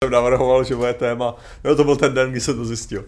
jsem navrhoval, že moje téma, jo, to byl ten den, kdy jsem to zjistil.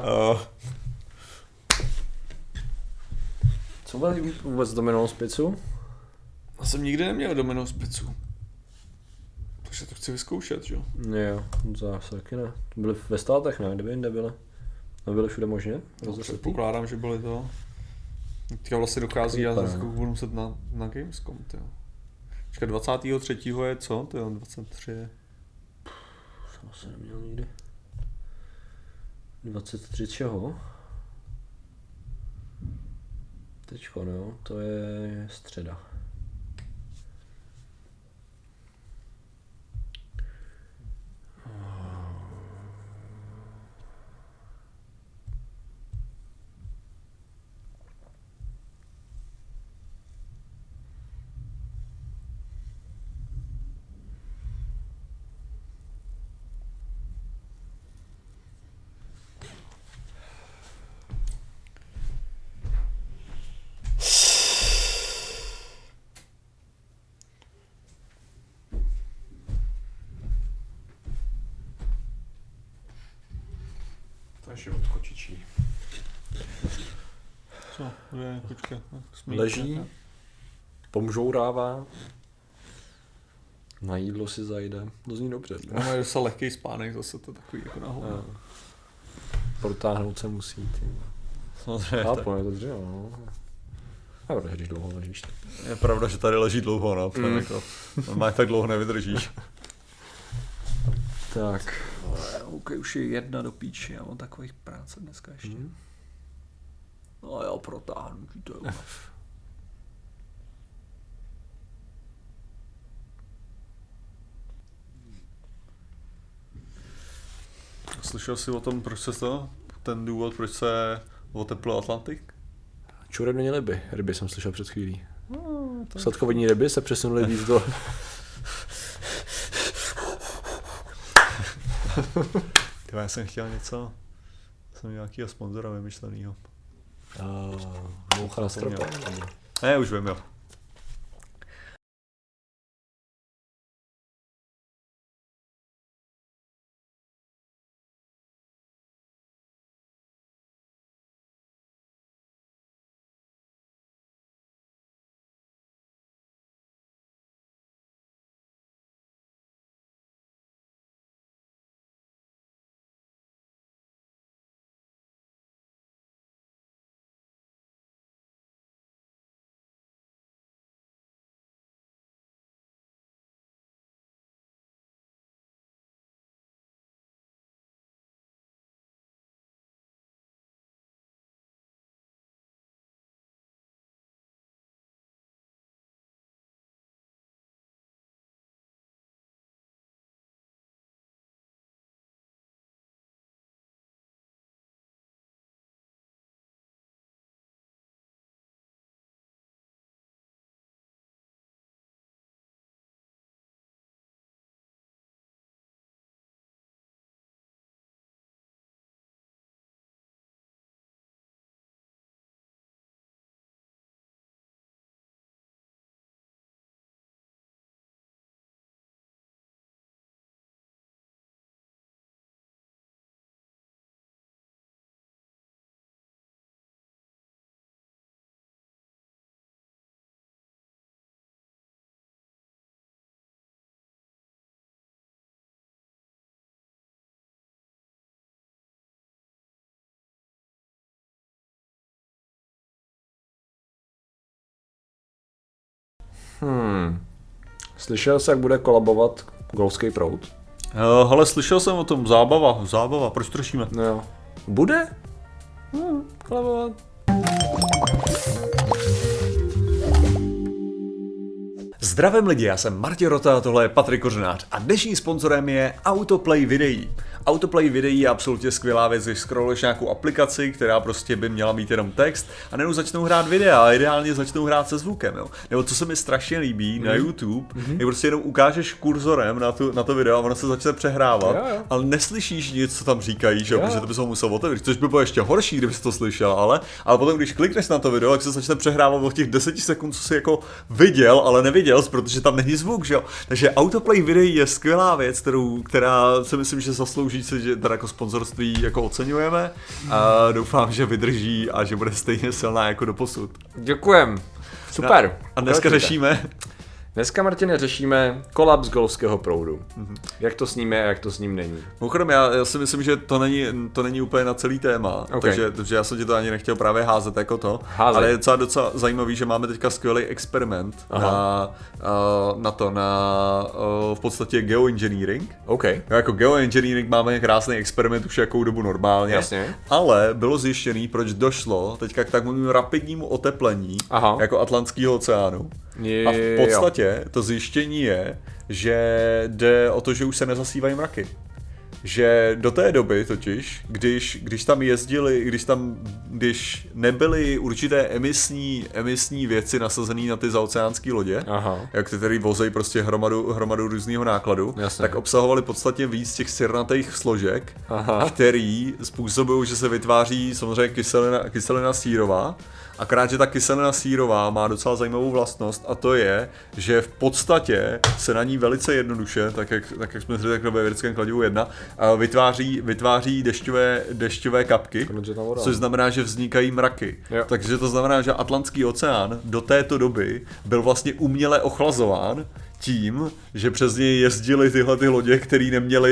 Co byl vůbec Domino's pizzu? Já jsem nikdy neměl Domino's pizzu. Takže to chci vyzkoušet, jo? Jo, zase taky ne. Byly ve státech, ne? Kdyby jinde byly. Nebyly všude možně? Předpokládám, že byly to. Teďka vlastně dochází, já zase budu muset na Gamescom, tyjo. Počkej, 23. je co? Tyjo, 23. Jsem asi neměl nikdy. 23 čeho? Teďko, no, to je středa. To je život kočičí. Co? Kde je kočka? Leží, pomžourává, na jídlo si zajde, to zní dobře. No, je docela lehký spánek, zase to takový jako nahoru. Protáhnout se musí, ty. Chápu, je to dřevo, no. Je pravda, že když dlouho ležíš. Je pravda, že tady leží dlouho, no. Jako, normálně tak dlouho nevydržíš. Tak. OK, už je 1 do píči, já mám takových práce dneska ještě. No jo, protáhnu, to je Slyšel jsi o tom, proč se to? Ten důvod, proč se oteplil Atlantik? Čurem není ryby. Ryby jsem slyšel před chvílí. Sladkovodní ryby se přesunuly víc do... Já jsem chtěl něco... Jsem nějakýho sponzora vymyšlenýho. Moucha na stropě. Ne, už vím, jo. Slyšel jsi, jak bude kolabovat Golfský proud? Hele, slyšel jsem o tom, zábava, proč trošíme? No jo. Bude? Kolabovat. Zdravím lidi, já jsem Martin Rota a tohle je Patrik Kořenář a dnešním sponzorem je Autoplay videí. autoplay videí je absolutně skvělá věc, když scrolluješ nějakou aplikaci, která prostě by měla mít jenom text a nebo začnou hrát videa a ideálně začnou hrát se zvukem, jo. Nebo co se mi strašně líbí na YouTube, je prostě jenom ukážeš kurzorem na to video a ono se začne přehrávat, ale neslyšíš nic, co tam říkají, že jo, protože to bys ho musel otevřít, což by bylo ještě horší, kdybys to slyšel, ale potom když klikneš na to video, tak se začne přehrávat o těch 10 sekund, co jsi jako viděl, ale neviděl, protože tam není zvuk, že jo. Takže autoplay videí je skvělá věc, která si myslím, že zaslouží se, že teda jako sponzorství jako oceňujeme a doufám, že vydrží a že bude stejně silná jako doposud. Děkujem. Super. A dneska řešíme? Dneska, Martine, řešíme kolaps golfského proudu. Jak to s ním je a jak to s ním není. Mimochodem, já si myslím, že to není úplně na celý téma, takže já jsem ti to ani nechtěl právě házet jako to, ale je docela zajímavý, že máme teďka skvělý experiment v podstatě geoengineering. Jako geoengineering máme krásný experiment už jakou dobu normálně, jasně. Ale bylo zjištěný, proč došlo teďka k takovému rapidnímu oteplení jako Atlantského oceánu. A v podstatě to zjištění je, že jde o to, že už se nezasívají mraky. Že do té doby totiž, když tam jezdili, když nebyly určité emisní věci nasazené na ty zaoceánské lodě, jak ty tady vozejí prostě hromadu různého nákladu, tak obsahovaly podstatně víc těch sirnatých složek, který způsobují, že se vytváří samozřejmě kyselina sírová. Akorát, že ta kyselina sírová má docela zajímavou vlastnost a to je, že v podstatě se na ní velice jednoduše, tak jak jsme řekli ve vědeckém kladivu 1, vytváří dešťové kapky, což znamená, že vznikají mraky. Takže to znamená, že Atlantský oceán do této doby byl vlastně uměle ochlazován tím, že přes něj jezdily tyhle ty lodě, který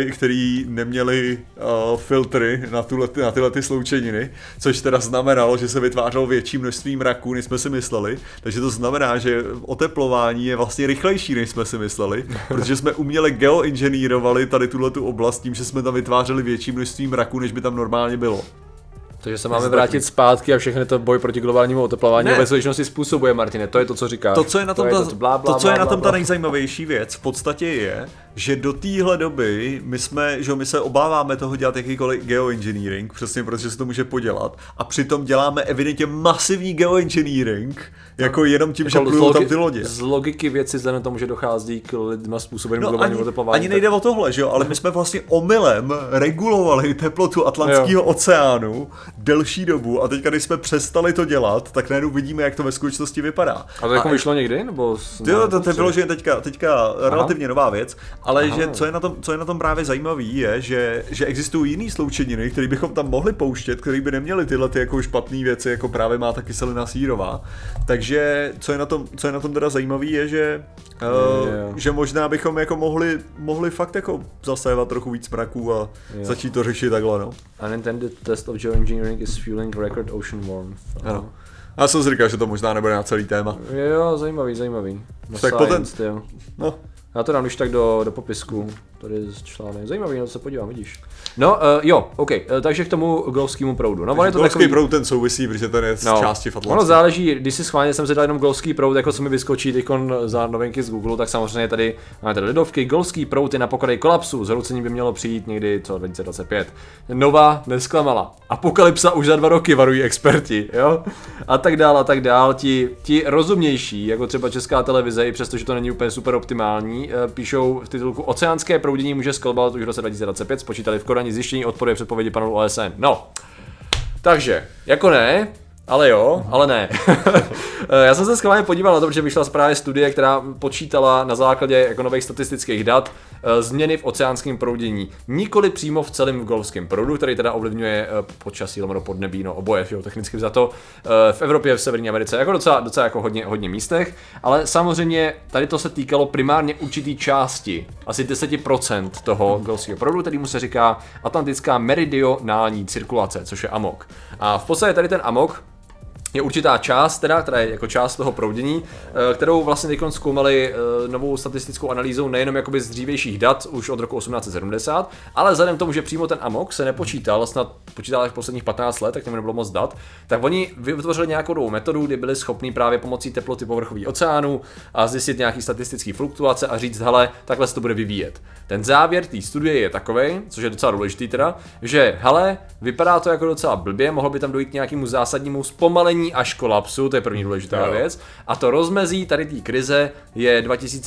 neměly filtry na tyhle ty sloučeniny, což teda znamenalo, že se vytvářelo větší množství mraků, než jsme si mysleli. Takže to znamená, že oteplování je vlastně rychlejší, než jsme si mysleli, protože jsme uměle geoinženýrovali tady tuhletu oblast tím, že jsme tam vytvářeli větší množství mraků, než by tam normálně bylo. Takže se máme vrátit zpátky a všechno to boj proti globálnímu oteplování ve skutečnosti způsobuje, Martine, to je to, co říkáš. To, co je na tom ta nejzajímavější věc, v podstatě je, že do téhle doby my se obáváme toho dělat jakýkoliv geoengineering, přesně protože se to může podělat, a přitom děláme evidentně masivní geoengineering, jako jenom tím, že plujou tam ty lodě. Z logiky věci vzhledem tomu, že dochází k lidma způsobeným globálním oteplování. Ani nejde o tohle, že jo, ale my jsme vlastně omylem regulovali teplotu Atlantského oceánu delší dobu a teďka, když jsme přestali to dělat, tak najednou vidíme, jak to ve skutečnosti vypadá. A to jako vyšlo někdy? Nebo to bylo, že teďka relativně nová věc, ale že co je na tom právě zajímavý je, že existují jiný sloučeniny, které bychom tam mohli pouštět, které by neměly tyhle ty jako špatné věci, jako právě má ta kyselina sírová. Takže co je na tom teda zajímavý je, že možná bychom jako mohli fakt jako zasévat trochu víc mraků a začít to řešit takhle, no. Unintended test of geoengineering is fueling record ocean warmth. Ano. Já jsem si říkal, že to možná nebude na celý téma. Jo, zajímavý. No tak potom, já to dám když tak do popisku, tady je článek. Zajímavý, no to se podívám, vidíš. No, takže k tomu golfskému proudu. No, golfský proud ten souvisí, protože to je z části v Atlantiku. Ono záleží, když si schválně jsem si dal jenom golfský proud, jako co mi vyskočí teďkon za novinky z Google, tak samozřejmě tady máme tady ledovky. Golfský proud je na pokraji kolapsu, zhroucení by mělo přijít někdy 2025. Nova nesklamala. Apokalypsa už za 2 roky, varují experti, jo? A tak dál. Ti rozumnější, jako třeba Česká televize, i přestože to není úplně super optimální, píšou v titulku Oceánské proudění může zkolabovat už v roce 2025, spočítali v Kodani zjištění odporu předpovědi panelu OSN. No, takže, jako ne, ale jo, ale ne. Já jsem se schválně podíval na to, protože vyšla právě studie, která počítala na základě jako nových statistických dat změny v oceánském proudění. Nikoli přímo v celém golfském proudu, který teda ovlivňuje počasí, lomeno podnebí, no oboje, jo, technicky vzato, v Evropě, v Severní Americe, jako docela jako hodně místech, ale samozřejmě tady to se týkalo primárně určitý části, asi 10% toho golfského proudu, kterýmu se říká atlantická meridionální cirkulace, což je AMOC. A v podstatě tady ten AMOC je určitá část, která je jako část toho proudění, kterou vlastně teď zkoumali novou statistickou analýzou nejenom jakoby z dřívějších dat už od roku 1870, ale vzhledem k tomu, že přímo ten amok se nepočítal, snad počítal až posledních 15 let, tak tomu nebylo moc dat, tak oni vytvořili nějakou novou metodu, kdy byli schopni právě pomocí teploty povrchových oceánů a zjistit nějaký statistický fluktuace a říct, hele, takhle se to bude vyvíjet. Ten závěr té studie je takovej, což je docela důležitý teda, že hele, vypadá to jako docela blbě, mohlo by tam dojít k nějakému zásadnímu zpomalení až kolapsu, to je první důležitá věc. A to rozmezí tady té krize je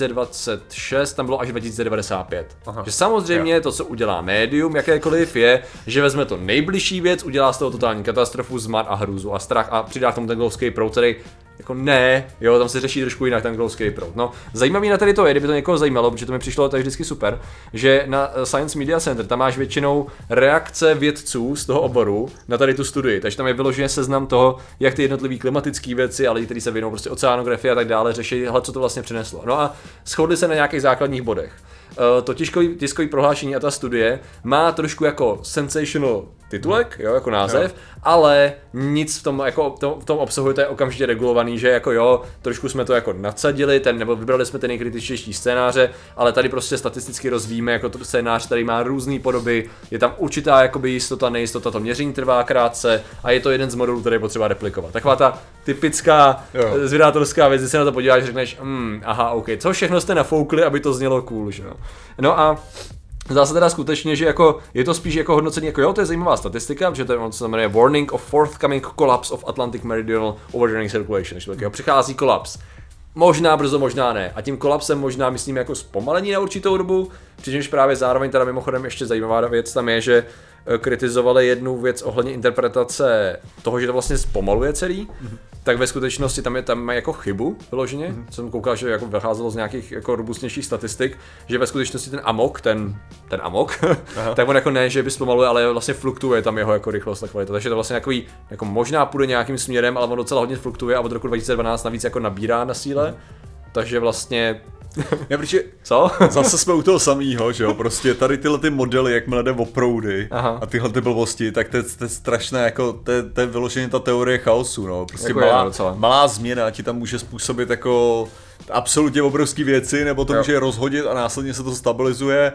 2026, tam bylo až 2095. Že samozřejmě to, co udělá médium, jakékoliv je, že vezme to nejbližší věc, udělá z toho totální katastrofu, zmar a hrůzu a strach a přidá k tomu ten golfský proud, který jako ne, jo, tam se řeší trošku jinak ten golfský proud. No, zajímavý na tady to je, kdyby to někoho zajímalo, protože to mi přišlo, to je vždycky super, že na Science Media Center tam máš většinou reakce vědců z toho oboru na tady tu studii, takže tam je vyloženě seznam toho, jak ty jednotlivé klimatické věci, ale i kteří se věnují prostě oceanografii a tak dále, řeší, hele, co to vlastně přineslo. No a shodli se na nějakých základních bodech. To tiskový prohlášení a ta studie má trošku jako sensational titulek, jo, jako název, ale nic v tom, jako, v tom obsahu to je okamžitě regulovaný, že jako jo, trošku jsme to jako nadsadili, nebo vybrali jsme ten nejkritičtější scénáře, ale tady prostě statisticky rozvíjíme jako to scénář, který má různé podoby, je tam určitá jakoby jistota, nejistota, to měření trvá krátce a je to jeden z modulů, který je potřeba replikovat. Taková ta typická zvědátorská věc, když se na to podíváš, řekneš, aha, OK, co všechno jste nafoukli, aby to znělo cool, že jo. No a zdá se teda skutečně, že jako je to spíš jako hodnocení, jako jo, to je zajímavá statistika, protože to je, se jmenuje Warning of Forthcoming Collapse of Atlantic Meridional Overturning Circulation, takže taky přichází kolaps. Možná brzo, možná ne. A tím kolapsem možná myslím jako zpomalení na určitou dobu, přičemž právě zároveň teda mimochodem ještě zajímavá věc tam je, že kritizovali jednu věc ohledně interpretace toho, že to vlastně zpomaluje celý, tak ve skutečnosti tam je jako chybu vyloženě. Jsem koukal, že jako vycházelo z nějakých jako robustnějších statistik, že ve skutečnosti ten amok, ten amok, tak on jako ne, že by zpomaluje, ale vlastně fluktuje tam jeho jako rychlost a kvalita. Takže to vlastně jako možná půjde nějakým směrem, ale on docela hodně fluktuje a od roku 2012 navíc jako nabírá na síle. Takže vlastně já, protože co? Zase jsme u toho samého, že jo, prostě tady tyhle ty modely, jakmile jde o proudy a tyhle ty blbosti, tak to je strašné, jako to je vyloženě ta teorie chaosu, no, prostě jako malá změna ti tam může způsobit jako absolutně obrovské věci, nebo to může rozhodit a následně se to stabilizuje,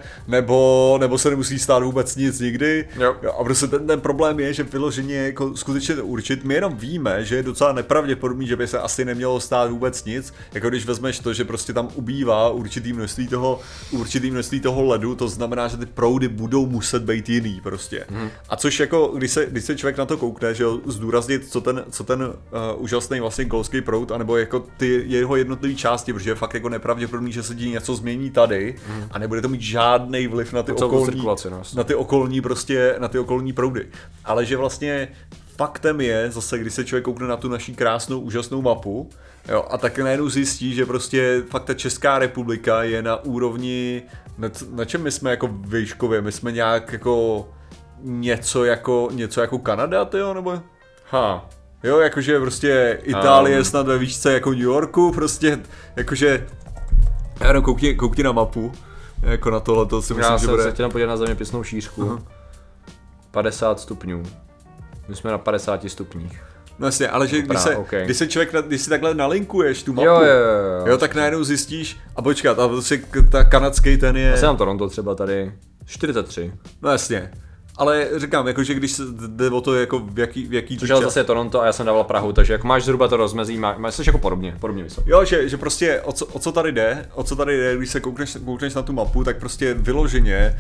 nebo se nemusí stát vůbec nic nikdy. A prostě ten problém je, že vyloženě jako skutečně to určit, my jenom víme, že je docela nepravděpodobný, že by se asi nemělo stát vůbec nic, jako když vezmeš to, že prostě tam ubývá určitý množství toho ledu, to znamená, že ty proudy budou muset být jiný prostě. A což jako, když se člověk na to koukne, že jo, zdůraznit, co ten úžasný vlastně golfský proud, anebo jako ty jeho jednotlivý části, protože je fakt jako nepravděpodobný, že se něco změní tady a nebude to mít žádný vliv na ty okolní proudy. Ale že vlastně faktem je, zase když se člověk koukne na tu naší krásnou, úžasnou mapu, jo, a tak najednou zjistí, že prostě fakt ta Česká republika je na úrovni, na čem my jsme jako výškově, my jsme nějak jako něco jako Kanada, tyjo, nebo? Jo, jakože prostě Itálie je snad ve výšce jako New Yorku, prostě jakože, já jenom koukni na mapu, jako na tohle, to si myslím, že bude. Já se chtěl podívat na zeměpisnou šířku, 50 stupňů, my jsme na 50 stupních. No jasně, ale že když si takhle nalinkuješ tu mapu, jo, tak najednou zjistíš, a počkat, a ta kanadský ten je. Asi nám Toronto třeba tady 43. No jasně. Ale říkám, jakože když jde o to, jako v jaký což zase je Toronto a já jsem dával Prahu, takže jak máš zhruba to rozmezí, máš jako podobně vysoko. Jo, že prostě o co tady jde, když se koukneš na tu mapu, tak prostě vyloženě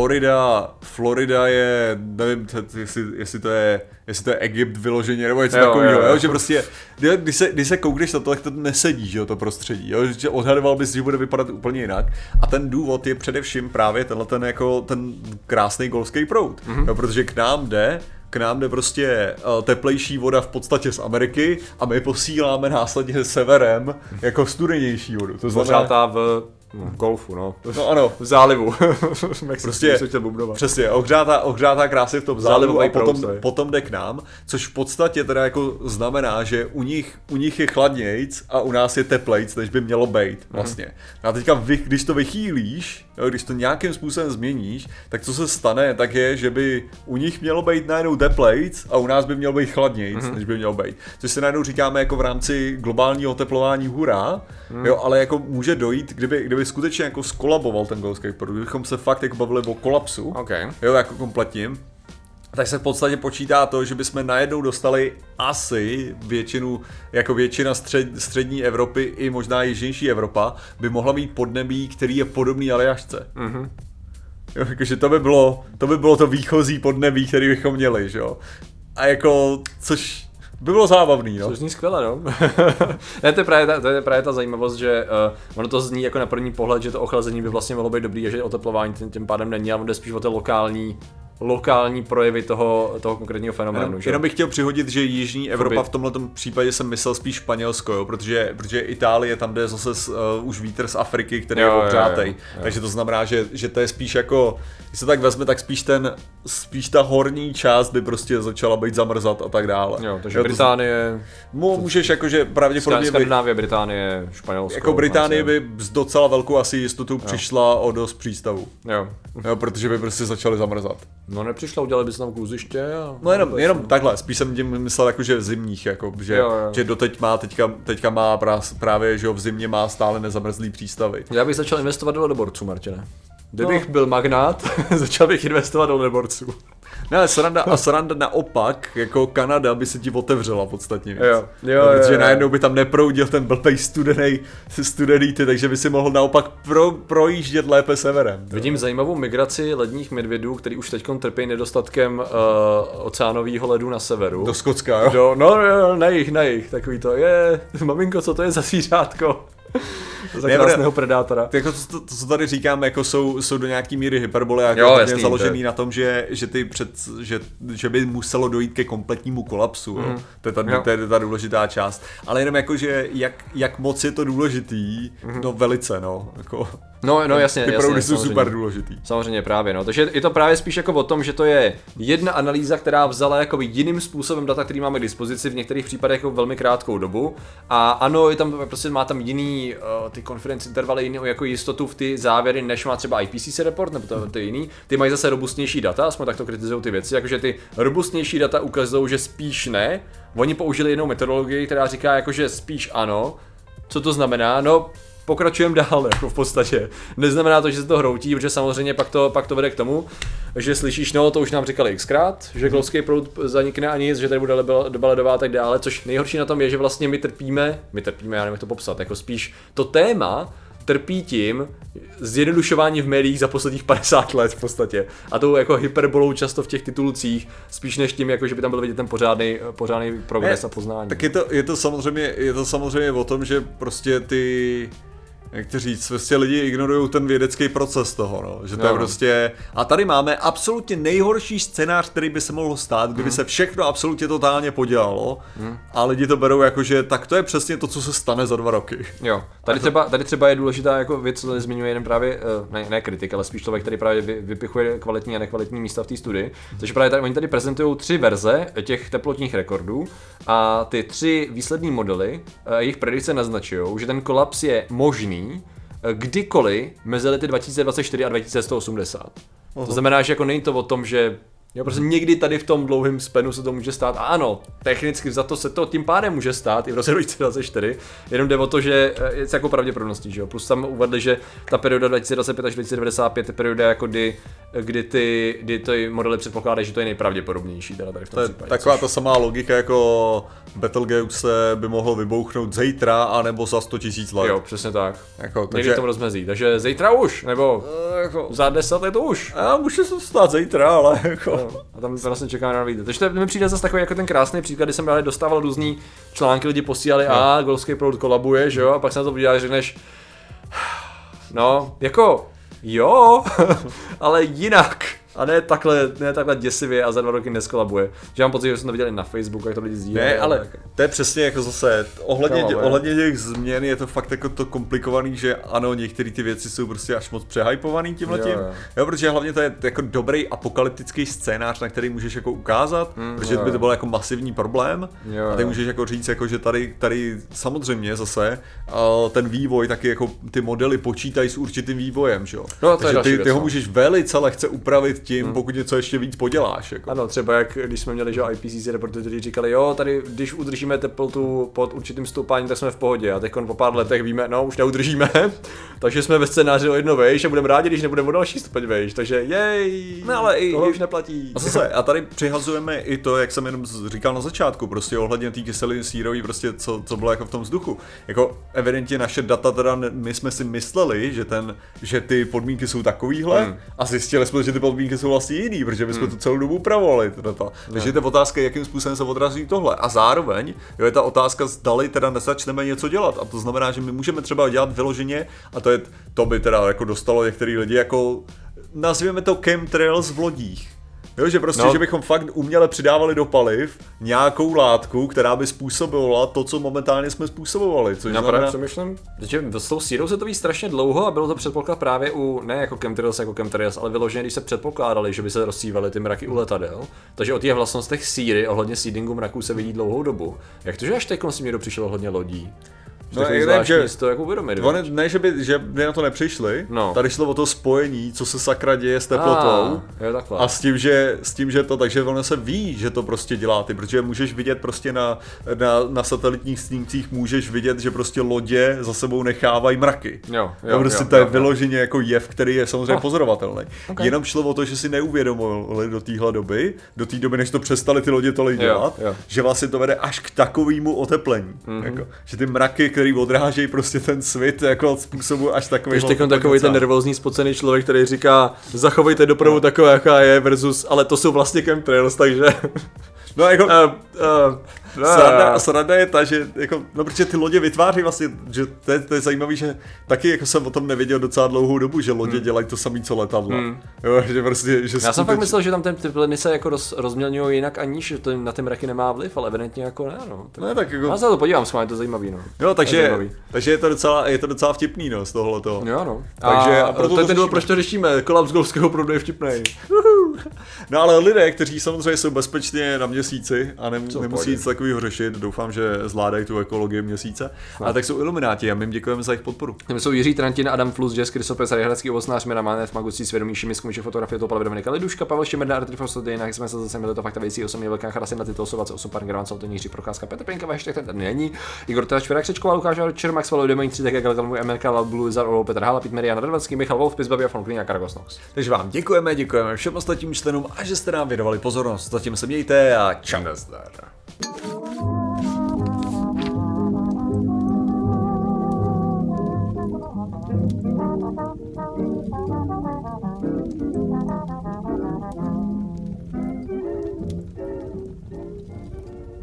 Florida je, nevím, jestli to je Egypt vyloženě, nebo něco takového, jo, že prostě, když se koukneš na to, tak to nesedí, že jo, to prostředí, jo, že odhadoval bys, že bude vypadat úplně jinak. A ten důvod je především právě ten krásný golfský proud. No, protože k nám jde prostě teplejší voda v podstatě z Ameriky a my posíláme následně severem jako studenější vodu. To znamená v golfu, no. No ano. V zálivu. Prostě, přesně, ohřátá krásy v tom zálivu a potom jde k nám, což v podstatě teda jako znamená, že u nich je chladnějc a u nás je teplejc, než by mělo být vlastně. A teďka když to vychýlíš, když to nějakým způsobem změníš, tak co se stane, tak je, že by u nich mělo být najednou teplejc a u nás by mělo být chladnějc, než by mělo být. Což se najednou říkáme jako v rámci globálního oteplování hurá, jo, ale jako může dojít, kdyby skutečně jako skolaboval ten golský proud, kdybychom se fakt jako bavili o kolapsu, jo, jako kompletním, tak se v podstatě počítá to, že bychom najednou dostali asi většina střední Evropy i možná jižnější Evropa by mohla mít podnebí, který je podobný Aljašce. Jo, jakože to by bylo to výchozí podnebí, který bychom měli, že jo. A jako, což by bylo zábavný, no. Což zní skvěle, no. Ne, to je právě ta zajímavost, že ono to zní jako na první pohled, že to ochlazení by vlastně mohlo být dobrý a že oteplování tím pádem není, ale jde spíš o té lokální projevy toho konkrétního fenoménu. Jenom bych chtěl přihodit, že jižní Evropa v tomhle případě jsem myslel spíš Španělsko, jo, protože Itálie tam jde zase už vítr z Afriky, který je ohřátej. Takže to znamená, že to je spíš jako, když se tak vezme, tak spíš ta horní část by prostě začala být zamrzat a tak dále. Jo, takže Británie... Můžeš jakože pravděpodobně... Skandinávie, Británie, Španělsko... Jako Británie by s docela velkou asi jistotou přišla o dost přístavu. Jo, protože by prostě začaly zamrzat. No nepřišla, udělali bys tam kluziště a... No jenom takhle, spíš jsem tím myslel jakože v zimních, jako, že doteď má, teďka má právě, že v zimě má stále nezamrzlý přístavy. Já bych začal investovat do ledoborců, Martine. Kdybych byl magnát, začal bych investovat do ledoborců. Ne, ale sranda naopak, jako Kanada by se ti otevřela podstatně víc. Jo, protože najednou by tam neproudil ten blbej studený ty, takže by si mohl naopak projíždět lépe severem. Vidím zajímavou migraci ledních medvědů, který už teďkom trpí nedostatkem oceánového ledu na severu. Do Skotska, jo? Na jich, takový to je, maminko, co to je za zvířátko? Za krásného predátora. Jako to, co tady říkáme, jako jsou do nějaký míry hyperbole, jako je založený na tom, že že by muselo dojít ke kompletnímu kolapsu. To je ta důležitá část. Ale jenom jako, že jak moc je to důležitý, no velice, no. Jako, No jasně. Ty proudy jsou super důležitý. Samozřejmě právě, no. Takže je to právě spíš jako o tom, že to je jedna analýza, která vzala jako jiným způsobem data, který máme k dispozici, v některých případech jako velmi krátkou dobu. A ano, je tam prostě má tam jiný ty confidence intervaly, jiný jako jistotu v ty závěry, než má třeba IPCC report nebo to jiný. Ty mají zase robustnější data, aspoň takto kritizují ty věci, jakože ty robustnější data ukazují, že spíš ne. Oni použili jinou metodologii, která říká jakože spíš ano. Co to znamená? No, pokračujeme dál, jako v podstatě. Neznamená to, že se to hroutí, protože samozřejmě pak to vede k tomu, že slyšíš, no to už nám říkali xkrát, že golský proud zanikne a nic, že tady bude doba ledová a tak dále, což nejhorší na tom je, že vlastně my trpíme, já nevím, jak to popsat, jako spíš to téma trpí tím zjednodušování v médiích za posledních 50 let v podstatě. A tou jako hyperbolou často v těch titulcích, spíš než tím, jako, že by tam byl vidět ten pořádný progres a poznání. Tak je to samozřejmě o tom, že prostě ty, jak to říct, prostě lidi ignorují ten vědecký proces toho, no. Že to je prostě, a tady máme absolutně nejhorší scénář, který by se mohl stát, kdyby se všechno absolutně totálně podělalo a lidi to berou jako, že tak to je přesně to, co se stane za 2 roky. Jo, tady třeba je důležitá jako věc, co zmiňuje jeden právě, ne kritik, ale spíš člověk, který právě vypichuje kvalitní a nekvalitní místa v té studii. Takže právě oni tady prezentují 3 verze těch teplotních rekordů a ty 3 výsledné modely, jejich predikce naznačují, že ten kolaps je možný kdykoliv mezi lety 2024 a 2180. To znamená, že jako není to o tom, že prostě někdy tady v tom dlouhém spenu se to může stát. A ano, technicky za to se to tím pádem může stát i v roce 2024. Jenom jde o to, že je jako pravděpodobností, že jo. Plus tam uvedli, že ta perioda 2025 až 2095 je perioda, jako kdy ty modely předpokládají, že to je nejpravděpodobnější teda tady v tom případě. Taková ta samá logika jako Betelgeuse by mohl vybouchnout zítra, anebo za 100 000 let. Jo, přesně tak. Jako, někdy to rozmezí. Takže zítra už, nebo za 10 let už. A může se stát zítra, ale jako... A tam vlastně čekáme na video. Takže to mi přijde zase takový jako ten krásný příklad, kdy jsem právě dostával různý články, lidi posílali, golský proud kolabuje, že jo, a pak se na to podíváš a řekneš, no, jako, jo, ale jinak. A ne takhle děsivě a za 2 roky neskolabuje. Že mám pocit, že jsem to viděl na Facebooku, jak to lidi sdílejí. Ne, ale to je přesně jako zase, ohledně těch změn je to fakt jako to komplikovaný, že ano, některé ty věci jsou prostě až moc přehypovaný tímhletím. Jo, protože hlavně to je jako dobrý apokalyptický scénář, na který můžeš jako ukázat, protože by to byl jako masivní problém. A ty můžeš jako říct, jako, že tady samozřejmě zase ten vývoj taky jako ty modely počítají s určitým vývojem, že jo. No, takže ty ho můžeš velice lehce upravit tím, pokud něco ještě víc poděláš. Jako. Ano, třeba jak když jsme měli, že IPCC reportéři říkali, jo, tady když udržíme teplotu pod určitým stupáním, tak jsme v pohodě. A teď po pár letech víme, no už neudržíme, takže jsme ve scénáři o 1 vejš a budeme rádi, když nebudeme o další stupeň vejš. Takže jej, no, ale tohle už neplatí. A tady přihazujeme i to, jak jsem jenom říkal na začátku, prostě ohledně té kyseliny sírové, prostě co bylo jako v tom vzduchu. Jako evidentně naše data teda, my jsme si mysleli, že ty podmínky jsou takovýhle a zjistili jsme, že ty podmínky jsou vlastně jiný, protože my jsme to celou dobu upravovali. Takže ta otázka, jakým způsobem se odrazí tohle. A zároveň je ta otázka, zdali teda nezačneme něco dělat. A to znamená, že my můžeme třeba dělat vyloženě, a to by teda jako dostalo některý lidi jako, nazvěme to chemtrails v lodích. Jo, že prostě, že bychom fakt uměle přidávali do paliv nějakou látku, která by způsobila to, co momentálně jsme způsobovali. Což znamená... přemýšlím, že s tou sírou se to ví strašně dlouho a bylo to předpoklad právě u, ne jako chemtrails, ale vyloženě, když se předpokládali, že by se rozsívaly ty mraky u letadel. Takže o těch vlastnostech síry, ohledně seedingu mraků se vidí dlouhou dobu. Jak to, že až teď s tím někdo přišel ohledně lodí? No, že to jako uvědomit. Ne, že by na to nepřišli, tady šlo o to spojení, co se sakra děje s teplotou a s tím, že to, takže ono se ví, že to prostě dělá ty, protože můžeš vidět prostě na satelitních snímcích, můžeš vidět, že prostě lodě za sebou nechávají mraky. To je vyloženě jako jev, který je samozřejmě pozorovatelný. Okay. Jenom šlo o to, že si neuvědomili do té doby, než to přestali ty lodě tolik dělat, že vlastně to vede až k takovému oteplení. Jako, že ty mraky, který odrážejí prostě ten svět jako způsobu až takový. Ještě takový ten nervózní spocený člověk, který říká, zachovejte dopravu taková, jaká je, versus, ale to jsou vlastně chemtrails, takže... No jako... Sranda je ta, že jako, no protože ty lodě vytváří vlastně, že to je zajímavý, že taky jako jsem o tom nevěděl docela dlouhou dobu, že lodě dělají to samé, co letadla. Jo, že prostě, že já jsem fakt myslel, že tam ty plyny se jako rozmělňují jinak a níž, že to na ty mraky nemá vliv, ale evidentně jako ne, no. Tak jako... Já se to podívám, je to zajímavý, no. Jo, takže je to docela vtipný, no, z tohoto. Jo, no. Takže, a proto to je ten důvod, proč to řešíme, kolaps golfského proudu je vtipnej. No ale lidé, kteří samozřejmě jsou bezpečně na měsíci a nemusí nic takového řešit, doufám, že zvládají tu ekologii měsíce, a tak jsou ilumináti a my jim děkujeme za jejich podporu. Tam jsou Jiří Trantin, Adam Flus, Jess Krysopes, Hradský ovocnář, Mira Manev, Magucí, Svědomí Šimis, Kmuče, fotografie Topal, Dominika Liduška, Pavel Šemerda, Artrifos, Dejna, jsme se zase měli to fakta věcí, osobně velká charasy na tyto osobace, 8 pár Gravan, Salto, Jiří Procházka, Petr Pěnka, hashtag ten není, Igor Tračverák, Křečková, Lukáš Čermák, Svalou, Demoň 3, tak Galgalmu, Amerika, Blue Zar, Olo, Petr Hala, Pít Marian Radvanský, Michal Wolf, Pizbabi a Fonklín a Kargos Nox. Takže vám děkujeme všem ostatním členům a že jste nám věnovali pozornost. Zatím se mějte a čau. Nazdar.